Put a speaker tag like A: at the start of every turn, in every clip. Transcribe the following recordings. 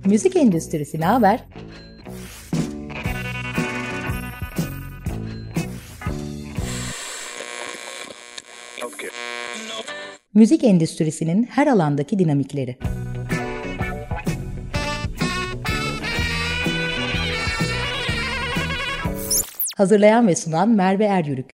A: Müzik endüstrisi ne haber? Müzik endüstrisinin her alandaki dinamikleri. Hazırlayan ve sunan Merve Eryürük.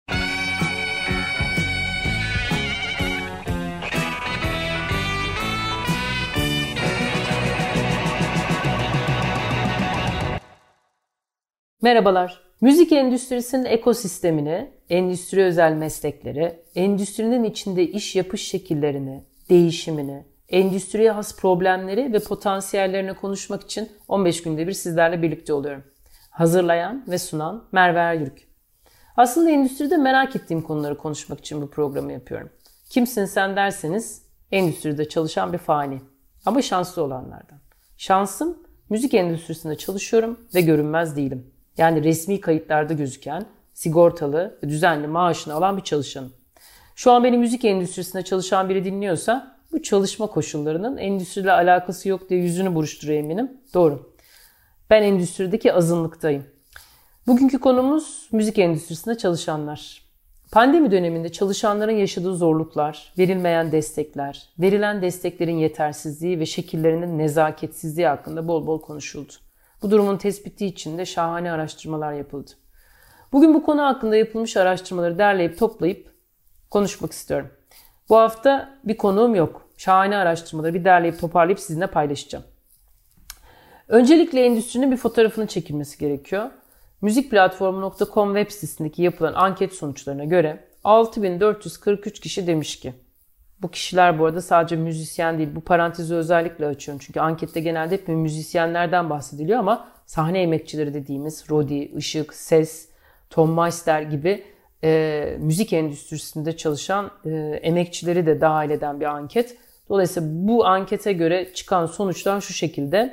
B: Merhabalar. Müzik endüstrisinin ekosistemini, endüstri özel meslekleri, endüstrinin içinde iş yapış şekillerini, değişimini, endüstriye has problemleri ve potansiyellerini konuşmak için 15 günde bir sizlerle birlikte oluyorum. Hazırlayan ve sunan Merve Eryürük. Aslında endüstride merak ettiğim konuları konuşmak için bu programı yapıyorum. Kimsin sen derseniz endüstride çalışan bir fani. Ama şanslı olanlardan. Şansım, müzik endüstrisinde çalışıyorum ve görünmez değilim. Yani resmi kayıtlarda gözüken, sigortalı ve düzenli maaşını alan bir çalışanım. Şu an beni müzik endüstrisinde çalışan biri dinliyorsa bu çalışma koşullarının endüstriyle alakası yok diye yüzünü buruşturuyor eminim. Doğru. Ben endüstrideki azınlıktayım. Bugünkü konumuz müzik endüstrisinde çalışanlar. Pandemi döneminde çalışanların yaşadığı zorluklar, verilmeyen destekler, verilen desteklerin yetersizliği ve şekillerinin nezaketsizliği hakkında bol bol konuşuldu. Bu durumun tespiti için de şahane araştırmalar yapıldı. Bugün bu konu hakkında yapılmış araştırmaları derleyip toplayıp konuşmak istiyorum. Bu hafta bir konuğum yok. Şahane araştırmaları bir derleyip toparlayıp sizinle paylaşacağım. Öncelikle endüstrinin bir fotoğrafını çekilmesi gerekiyor. Müzikplatformu.com web sitesindeki yapılan anket sonuçlarına göre 6443 kişi demiş ki, bu kişiler bu arada sadece müzisyen değil, bu parantezi özellikle açıyorum. Çünkü ankette genelde hep müzisyenlerden bahsediliyor ama sahne emekçileri dediğimiz Rodi, ışık, ses, Tom Meister gibi müzik endüstrisinde çalışan emekçileri de dahil eden bir anket. Dolayısıyla bu ankete göre çıkan sonuçlar şu şekilde.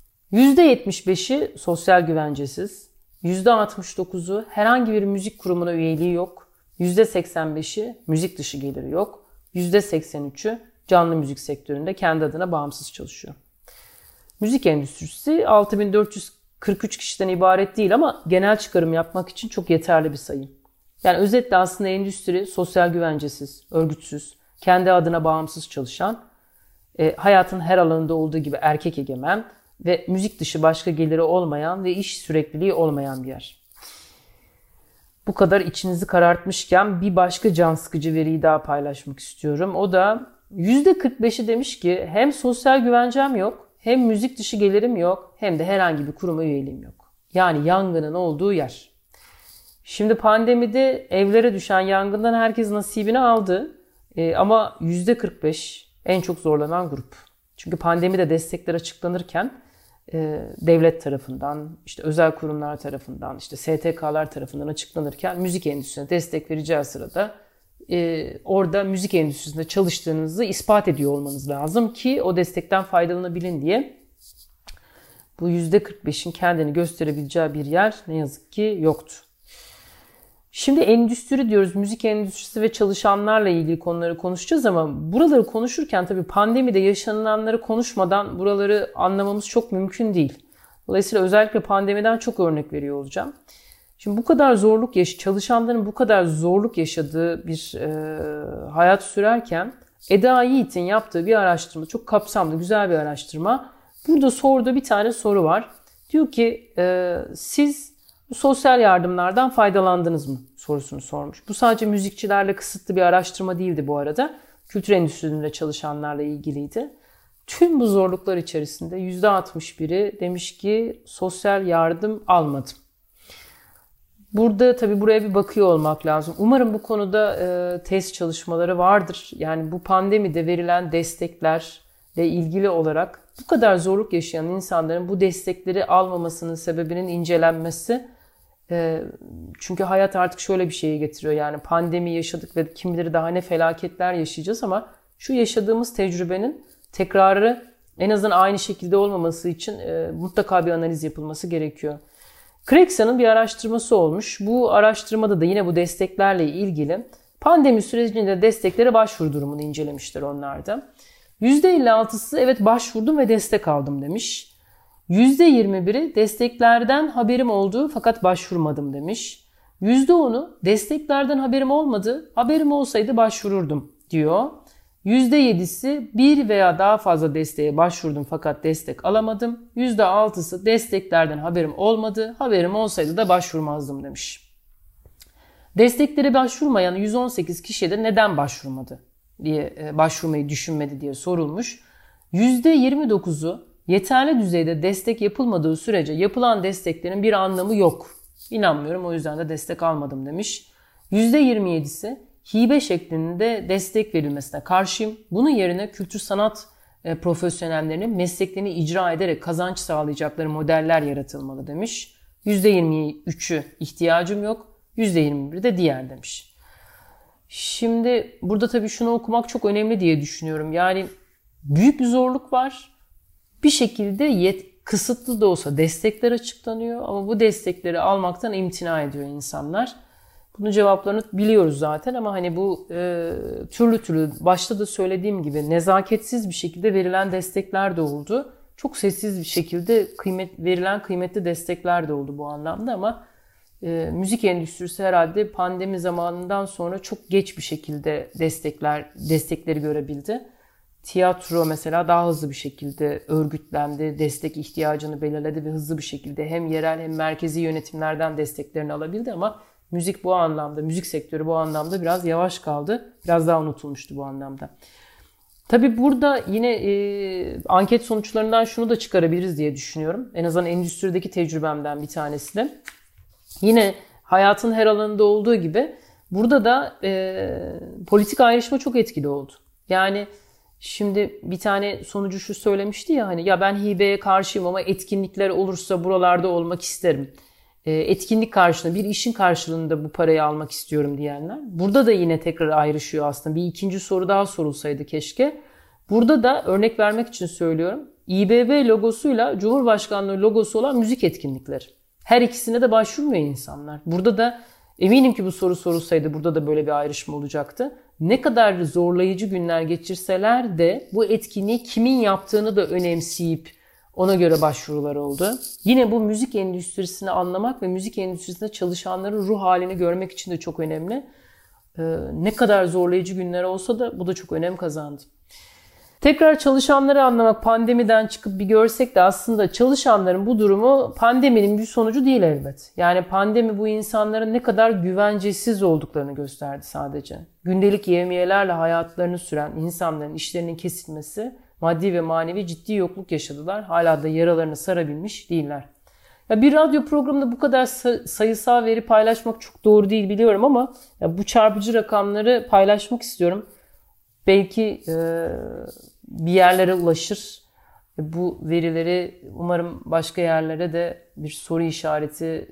B: %75'i sosyal güvencesiz, %69'u herhangi bir müzik kurumuna üyeliği yok, %85'i müzik dışı geliri yok, %83'ü canlı müzik sektöründe kendi adına bağımsız çalışıyor. Müzik endüstrisi 6443 kişiden ibaret değil ama genel çıkarım yapmak için çok yeterli bir sayı. Yani özetle aslında endüstri sosyal güvencesiz, örgütsüz, kendi adına bağımsız çalışan, hayatın her alanında olduğu gibi erkek egemen ve müzik dışı başka geliri olmayan ve iş sürekliliği olmayan bir yer. Bu kadar içinizi karartmışken bir başka can sıkıcı veriyi daha paylaşmak istiyorum. O da %45'i demiş ki hem sosyal güvencem yok, hem müzik dışı gelirim yok, hem de herhangi bir kuruma üyeliğim yok. Yani yangının olduğu yer. Şimdi pandemide evlere düşen yangından herkes nasibini aldı. Ama %45 en çok zorlanan grup. Çünkü pandemide destekler açıklanırken devlet tarafından, işte özel kurumlar tarafından, işte STK'lar tarafından açıklanırken müzik endüstrisine destek vereceği sırada orada müzik endüstrisinde çalıştığınızı ispat ediyor olmanız lazım ki o destekten faydalanabilin diye. Bu %45'in kendini gösterebileceği bir yer ne yazık ki yoktu. Şimdi endüstri diyoruz, müzik endüstrisi ve çalışanlarla ilgili konuları konuşacağız ama buraları konuşurken tabii pandemide yaşananları konuşmadan buraları anlamamız çok mümkün değil. Dolayısıyla özellikle pandemiden çok örnek veriyor olacağım. Şimdi bu kadar zorluk çalışanların bu kadar zorluk yaşadığı bir hayat sürerken Eda Yiğit'in yaptığı bir araştırma, çok kapsamlı, güzel bir araştırma. Burada sorduğu bir tane soru var. Diyor ki siz bu sosyal yardımlardan faydalandınız mı sorusunu sormuş. Bu sadece müzikçilerle kısıtlı bir araştırma değildi bu arada. Kültür endüstrisinde çalışanlarla ilgiliydi. Tüm bu zorluklar içerisinde %61'i demiş ki sosyal yardım almadım. Burada tabii buraya bir bakıyor olmak lazım. Umarım bu konuda test çalışmaları vardır. Yani bu pandemide verilen desteklerle ilgili olarak bu kadar zorluk yaşayan insanların bu destekleri almamasının sebebinin incelenmesi. Çünkü hayat artık şöyle bir şeye getiriyor. Yani pandemi yaşadık ve kim bilir daha ne felaketler yaşayacağız ama şu yaşadığımız tecrübenin tekrarı en azından aynı şekilde olmaması için mutlaka bir analiz yapılması gerekiyor. Crexa'nın bir araştırması olmuş. Bu araştırmada da yine bu desteklerle ilgili pandemi sürecinde desteklere başvuru durumunu incelemişler onlar da. %56'sı evet başvurdum ve destek aldım demiş. %21'i desteklerden haberim oldu fakat başvurmadım demiş. %10'u desteklerden haberim olmadı, haberim olsaydı başvururdum diyor. %7'si bir veya daha fazla desteğe başvurdum fakat destek alamadım. %6'sı desteklerden haberim olmadı, haberim olsaydı da başvurmazdım demiş. Desteklere başvurmayan 118 kişiye de neden başvurmadı diye başvurmayı düşünmedi diye sorulmuş. %29'u yeterli düzeyde destek yapılmadığı sürece yapılan desteklerin bir anlamı yok. İnanmıyorum, o yüzden de destek almadım demiş. %27'si hibe şeklinde destek verilmesine karşıyım. Bunun yerine kültür sanat profesyonellerinin mesleklerini icra ederek kazanç sağlayacakları modeller yaratılmalı demiş. %23'ü ihtiyacım yok. %21'i de diğer demiş. Şimdi burada tabii şunu okumak çok önemli diye düşünüyorum. Yani büyük bir zorluk var. Bir şekilde kısıtlı da olsa destekler açıklanıyor ama bu destekleri almaktan imtina ediyor insanlar. Bunun cevaplarını biliyoruz zaten ama hani bu türlü türlü başta da söylediğim gibi nezaketsiz bir şekilde verilen destekler de oldu. Çok sessiz bir şekilde verilen kıymetli destekler de oldu bu anlamda ama müzik endüstrisi herhalde pandemi zamanından sonra çok geç bir şekilde destekleri görebildi. Tiyatro mesela daha hızlı bir şekilde örgütlendi, destek ihtiyacını belirledi ve hızlı bir şekilde hem yerel hem merkezi yönetimlerden desteklerini alabildi ama müzik bu anlamda, müzik sektörü bu anlamda biraz yavaş kaldı. Biraz daha unutulmuştu bu anlamda. Tabii burada yine anket sonuçlarından şunu da çıkarabiliriz diye düşünüyorum. En azından endüstrideki tecrübemden bir tanesi de. Yine hayatın her alanında olduğu gibi burada da politik ayrışma çok etkili oldu. Yani şimdi bir tane sonucu şu söylemişti ya hani ya ben hibeye karşıyım ama etkinlikler olursa buralarda olmak isterim. Etkinlik karşılığında bir işin karşılığında bu parayı almak istiyorum diyenler. Burada da yine tekrar ayrışıyor aslında. Bir ikinci soru daha sorulsaydı keşke. Burada da örnek vermek için söylüyorum. İBB logosuyla Cumhurbaşkanlığı logosu olan müzik etkinlikleri. Her ikisine de başvurmuyor insanlar. Burada da eminim ki bu soru sorulsaydı burada da böyle bir ayrışma olacaktı. Ne kadar zorlayıcı günler geçirseler de bu etkinliği kimin yaptığını da önemseyip ona göre başvurular oldu. Yine bu müzik endüstrisini anlamak ve müzik endüstrisinde çalışanların ruh halini görmek için de çok önemli. Ne kadar zorlayıcı günler olsa da bu da çok önem kazandı. Tekrar çalışanları anlamak, pandemiden çıkıp bir görsek de aslında çalışanların bu durumu pandeminin bir sonucu değil elbet. Yani pandemi bu insanların ne kadar güvencesiz olduklarını gösterdi sadece. Gündelik yevmiyelerle hayatlarını süren insanların işlerinin kesilmesi, maddi ve manevi ciddi yokluk yaşadılar. Hala da yaralarını sarabilmiş değiller. Ya bir radyo programında bu kadar sayısal veri paylaşmak çok doğru değil biliyorum ama bu çarpıcı rakamları paylaşmak istiyorum. Belki bir yerlere ulaşır. Bu verileri umarım başka yerlere de bir soru işareti,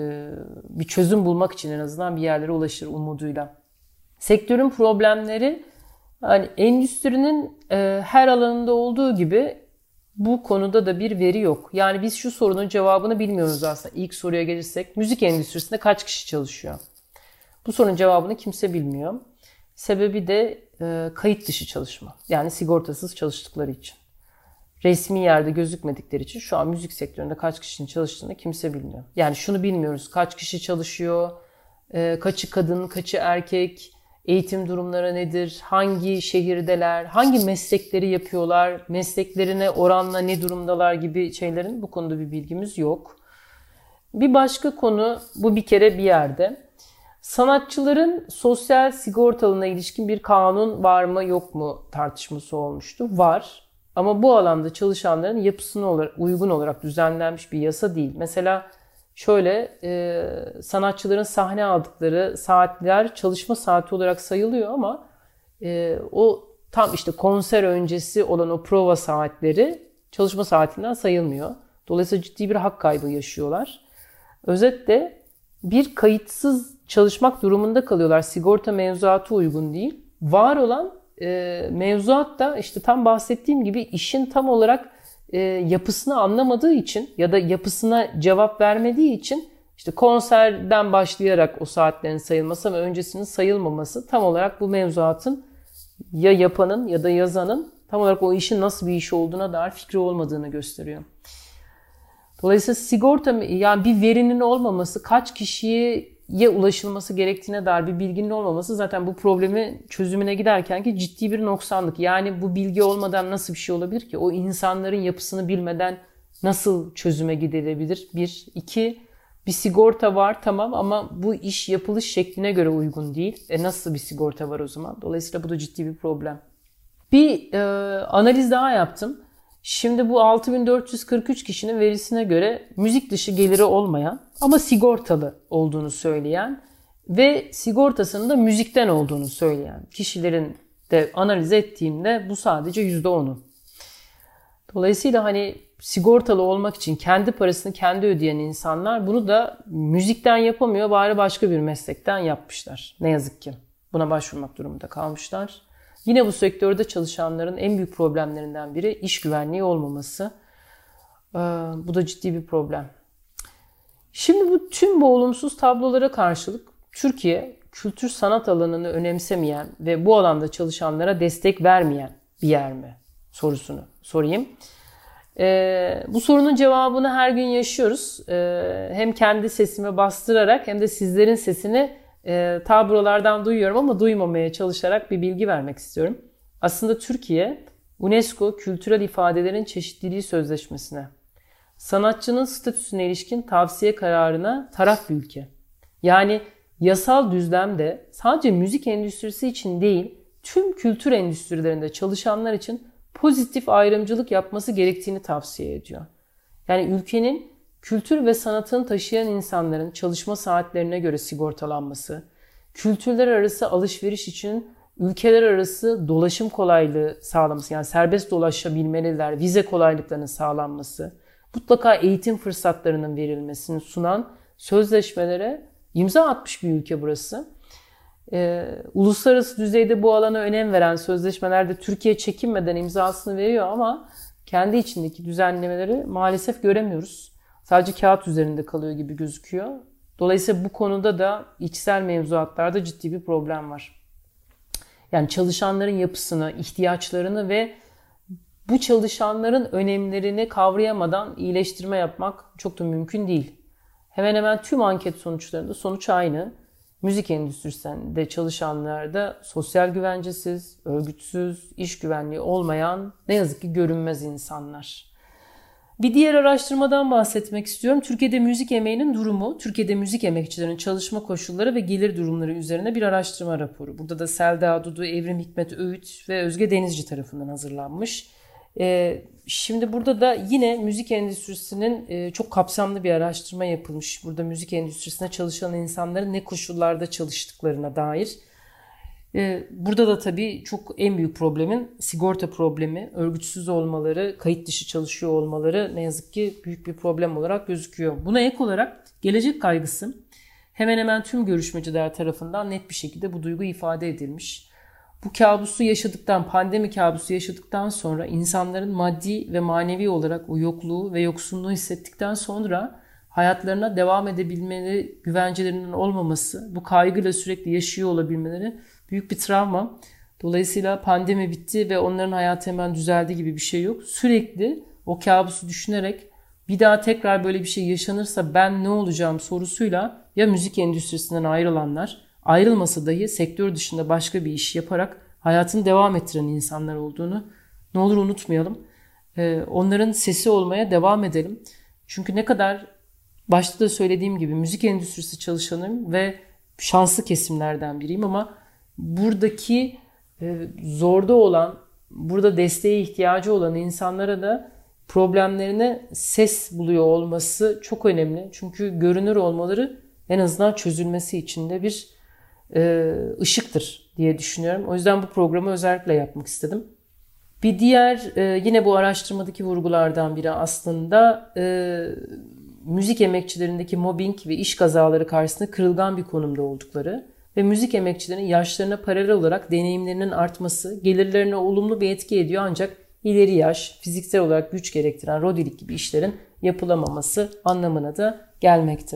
B: bir çözüm bulmak için en azından bir yerlere ulaşır umuduyla. Sektörün problemleri yani endüstrinin her alanında olduğu gibi bu konuda da bir veri yok. Yani biz şu sorunun cevabını bilmiyoruz aslında. İlk soruya gelirsek müzik endüstrisinde kaç kişi çalışıyor? Bu sorunun cevabını kimse bilmiyor. Sebebi de kayıt dışı çalışma. Yani sigortasız çalıştıkları için. Resmi yerde gözükmedikleri için şu an müzik sektöründe kaç kişinin çalıştığını kimse bilmiyor. Yani şunu bilmiyoruz. Kaç kişi çalışıyor? Kaçı kadın, kaçı erkek? Eğitim durumları nedir? Hangi şehirdeler? Hangi meslekleri yapıyorlar? Mesleklerine oranla ne durumdalar gibi şeylerin bu konuda bir bilgimiz yok. Bir başka konu bu bir kere bir yerde. Sanatçıların sosyal sigortalığına ilişkin bir kanun var mı yok mu tartışması olmuştu. Var ama bu alanda çalışanların yapısına uygun olarak düzenlenmiş bir yasa değil. Mesela şöyle sanatçıların sahne aldıkları saatler çalışma saati olarak sayılıyor ama o tam işte konser öncesi olan o prova saatleri çalışma saatinden sayılmıyor. Dolayısıyla ciddi bir hak kaybı yaşıyorlar. Özetle bir kayıtsız çalışmak durumunda kalıyorlar. Sigorta mevzuatı uygun değil. Var olan mevzuat da işte tam bahsettiğim gibi işin tam olarak yapısını anlamadığı için ya da yapısına cevap vermediği için işte konserden başlayarak o saatlerin sayılması ve öncesinin sayılmaması tam olarak bu mevzuatın ya yapanın ya da yazanın tam olarak o işin nasıl bir iş olduğuna dair fikri olmadığını gösteriyor. Dolayısıyla sigorta, yani bir verinin olmaması, kaç kişiye ulaşılması gerektiğine dair bir bilginin olmaması zaten bu problemi çözümüne giderken ki ciddi bir noksanlık. Yani bu bilgi olmadan nasıl bir şey olabilir ki? O insanların yapısını bilmeden nasıl çözüme gidilebilir? Bir. İki, bir sigorta var tamam ama bu iş yapılış şekline göre uygun değil. Nasıl bir sigorta var o zaman? Dolayısıyla bu da ciddi bir problem. Bir analiz daha yaptım. Şimdi bu 6443 kişinin verisine göre müzik dışı geliri olmayan ama sigortalı olduğunu söyleyen ve sigortasının da müzikten olduğunu söyleyen kişilerin de analiz ettiğimde bu sadece %10'u. Dolayısıyla hani sigortalı olmak için kendi parasını kendi ödeyen insanlar bunu da müzikten yapamıyor, bari başka bir meslekten yapmışlar. Ne yazık ki buna başvurmak durumunda kalmışlar. Yine bu sektörde çalışanların en büyük problemlerinden biri iş güvenliği olmaması. Bu da ciddi bir problem. Şimdi tüm bu olumsuz tablolara karşılık Türkiye kültür sanat alanını önemsemeyen ve bu alanda çalışanlara destek vermeyen bir yer mi sorusunu sorayım. Bu sorunun cevabını her gün yaşıyoruz. Hem kendi sesimi bastırarak hem de sizlerin sesini ta buralardan duyuyorum ama duymamaya çalışarak bir bilgi vermek istiyorum. Aslında Türkiye, UNESCO Kültürel İfadelerin Çeşitliliği Sözleşmesi'ne, sanatçının statüsüne ilişkin tavsiye kararına taraf bir ülke. Yani yasal düzlemde sadece müzik endüstrisi için değil, tüm kültür endüstrilerinde çalışanlar için pozitif ayrımcılık yapması gerektiğini tavsiye ediyor. Yani ülkenin kültür ve sanatını taşıyan insanların çalışma saatlerine göre sigortalanması, kültürler arası alışveriş için ülkeler arası dolaşım kolaylığı sağlaması, yani serbest dolaşabilmeliler, vize kolaylıklarının sağlanması, mutlaka eğitim fırsatlarının verilmesini sunan sözleşmelere imza atmış bir ülke burası. Uluslararası düzeyde bu alana önem veren sözleşmelerde Türkiye çekinmeden imzasını veriyor ama kendi içindeki düzenlemeleri maalesef göremiyoruz. Sadece kağıt üzerinde kalıyor gibi gözüküyor. Dolayısıyla bu konuda da içsel mevzuatlarda ciddi bir problem var. Yani çalışanların yapısını, ihtiyaçlarını ve bu çalışanların önemlerini kavrayamadan iyileştirme yapmak çok da mümkün değil. Hemen hemen tüm anket sonuçlarında sonuç aynı. Müzik endüstrisinde çalışanlarda sosyal güvencesiz, örgütsüz, iş güvenliği olmayan ne yazık ki görünmez insanlar. Bir diğer araştırmadan bahsetmek istiyorum. Türkiye'de müzik emeğinin durumu, Türkiye'de müzik emekçilerinin çalışma koşulları ve gelir durumları üzerine bir araştırma raporu. Burada da Selda Dudu, Evrim Hikmet Öğüt ve Özge Denizci tarafından hazırlanmış. Şimdi burada da yine müzik endüstrisinin çok kapsamlı bir araştırma yapılmış. Burada müzik endüstrisinde çalışan insanların ne koşullarda çalıştıklarına dair. Burada da tabii çok en büyük problemin sigorta problemi, örgütsüz olmaları, kayıt dışı çalışıyor olmaları ne yazık ki büyük bir problem olarak gözüküyor. Buna ek olarak gelecek kaygısı hemen hemen tüm görüşmeciler tarafından net bir şekilde bu duygu ifade edilmiş. Bu kabusu yaşadıktan, pandemi kabusu yaşadıktan sonra insanların maddi ve manevi olarak o yokluğu ve yoksunluğu hissettikten sonra hayatlarına devam edebilmeleri, güvencelerinin olmaması, bu kaygıyla sürekli yaşıyor olabilmeleri büyük bir travma. Dolayısıyla pandemi bitti ve onların hayatı hemen düzeldi gibi bir şey yok. Sürekli o kabusu düşünerek bir daha tekrar böyle bir şey yaşanırsa ben ne olacağım sorusuyla ya müzik endüstrisinden ayrılanlar, ayrılmasa dahi sektör dışında başka bir iş yaparak hayatını devam ettiren insanlar olduğunu ne olur unutmayalım. Onların sesi olmaya devam edelim. Çünkü ne kadar başta da söylediğim gibi müzik endüstrisi çalışanıyım ve şanslı kesimlerden biriyim ama buradaki zorda olan, burada desteğe ihtiyacı olan insanlara da problemlerine ses buluyor olması çok önemli. Çünkü görünür olmaları en azından çözülmesi için de bir ışıktır diye düşünüyorum. O yüzden bu programı özellikle yapmak istedim. Bir diğer yine bu araştırmadaki vurgulardan biri aslında müzik emekçilerindeki mobbing ve iş kazaları karşısında kırılgan bir konumda oldukları ve müzik emekçilerinin yaşlarına paralel olarak deneyimlerinin artması gelirlerine olumlu bir etki ediyor ancak ileri yaş, fiziksel olarak güç gerektiren rodilik gibi işlerin yapılamaması anlamına da gelmekte.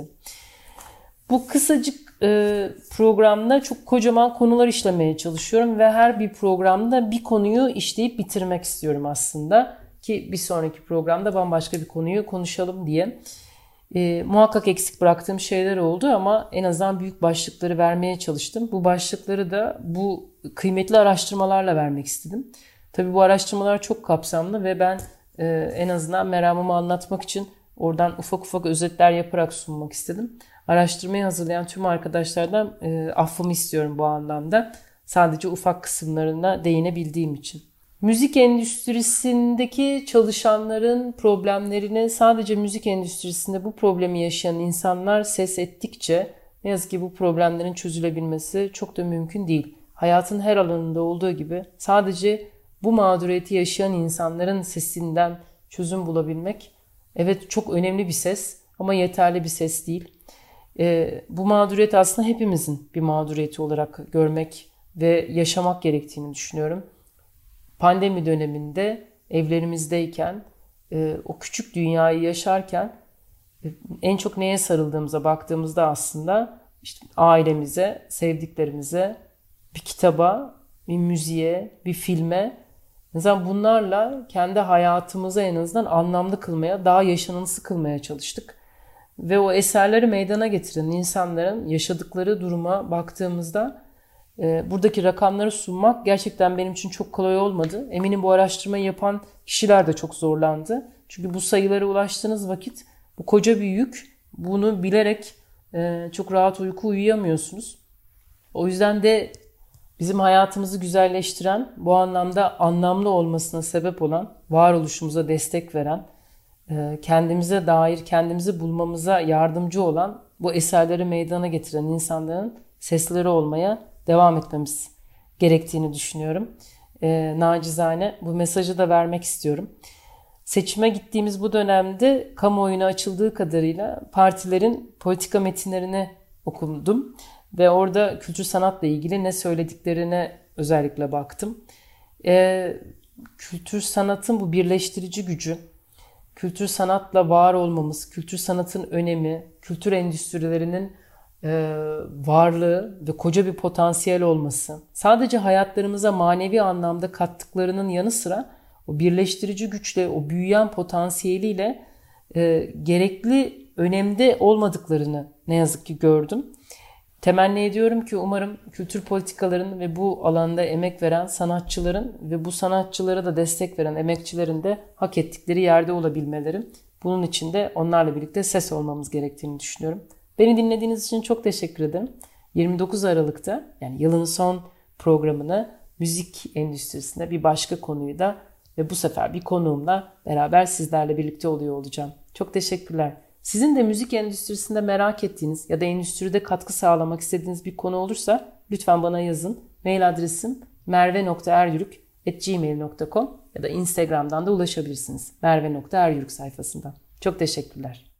B: Bu kısacık programda çok kocaman konular işlemeye çalışıyorum ve her bir programda bir konuyu işleyip bitirmek istiyorum aslında. ki bir sonraki programda bambaşka bir konuyu konuşalım diye. Muhakkak eksik bıraktığım şeyler oldu ama en azından büyük başlıkları vermeye çalıştım. Bu başlıkları da bu kıymetli araştırmalarla vermek istedim. Tabii bu araştırmalar çok kapsamlı ve ben en azından meramımı anlatmak için oradan ufak ufak özetler yaparak sunmak istedim. Araştırmayı hazırlayan tüm arkadaşlardan affımı istiyorum bu anlamda. Sadece ufak kısımlarına değinebildiğim için. Müzik endüstrisindeki çalışanların problemlerine sadece müzik endüstrisinde bu problemi yaşayan insanlar ses ettikçe ne yazık ki bu problemlerin çözülebilmesi çok da mümkün değil. Hayatın her alanında olduğu gibi sadece bu mağduriyeti yaşayan insanların sesinden çözüm bulabilmek evet çok önemli bir ses ama yeterli bir ses değil. Bu mağduriyet aslında hepimizin bir mağduriyeti olarak görmek ve yaşamak gerektiğini düşünüyorum. Pandemi döneminde evlerimizdeyken, o küçük dünyayı yaşarken en çok neye sarıldığımıza baktığımızda aslında işte ailemize, sevdiklerimize, bir kitaba, bir müziğe, bir filme, mesela bunlarla kendi hayatımızı en azından anlamlı kılmaya, daha yaşanılsı kılmaya çalıştık. Ve o eserleri meydana getiren insanların yaşadıkları duruma baktığımızda buradaki rakamları sunmak gerçekten benim için çok kolay olmadı. Eminim bu araştırmayı yapan kişiler de çok zorlandı. Çünkü bu sayılara ulaştığınız vakit bu koca bir yük. Bunu bilerek çok rahat uyku uyuyamıyorsunuz. O yüzden de bizim hayatımızı güzelleştiren, bu anlamda anlamlı olmasına sebep olan, varoluşumuza destek veren, kendimize dair kendimizi bulmamıza yardımcı olan bu eserleri meydana getiren insanların sesleri olmaya devam etmemiz gerektiğini düşünüyorum. Nacizane bu mesajı da vermek istiyorum. Seçime gittiğimiz bu dönemde kamuoyuna açıldığı kadarıyla partilerin politika metinlerini okudum. Ve orada kültür sanatla ilgili ne söylediklerine özellikle baktım. Kültür sanatın bu birleştirici gücü, kültür sanatla var olmamız, kültür sanatın önemi, kültür endüstrilerinin varlığı ve koca bir potansiyel olması, sadece hayatlarımıza manevi anlamda kattıklarının yanı sıra o birleştirici güçle, o büyüyen potansiyeliyle gerekli önemde olmadıklarını ne yazık ki gördüm. Temenni ediyorum ki umarım kültür politikalarının ve bu alanda emek veren sanatçıların ve bu sanatçılara da destek veren emekçilerin de hak ettikleri yerde olabilmeleri. Bunun için de onlarla birlikte ses olmamız gerektiğini düşünüyorum. Beni dinlediğiniz için çok teşekkür ederim. 29 Aralık'ta yani yılın son programını müzik endüstrisinde bir başka konuyu da ve bu sefer bir konuğumla beraber sizlerle birlikte oluyor olacağım. Çok teşekkürler. Sizin de müzik endüstrisinde merak ettiğiniz ya da endüstride katkı sağlamak istediğiniz bir konu olursa lütfen bana yazın. Mail adresim merve.eryuruk@gmail.com ya da Instagram'dan da ulaşabilirsiniz. merve.eryuruk sayfasından. Çok teşekkürler.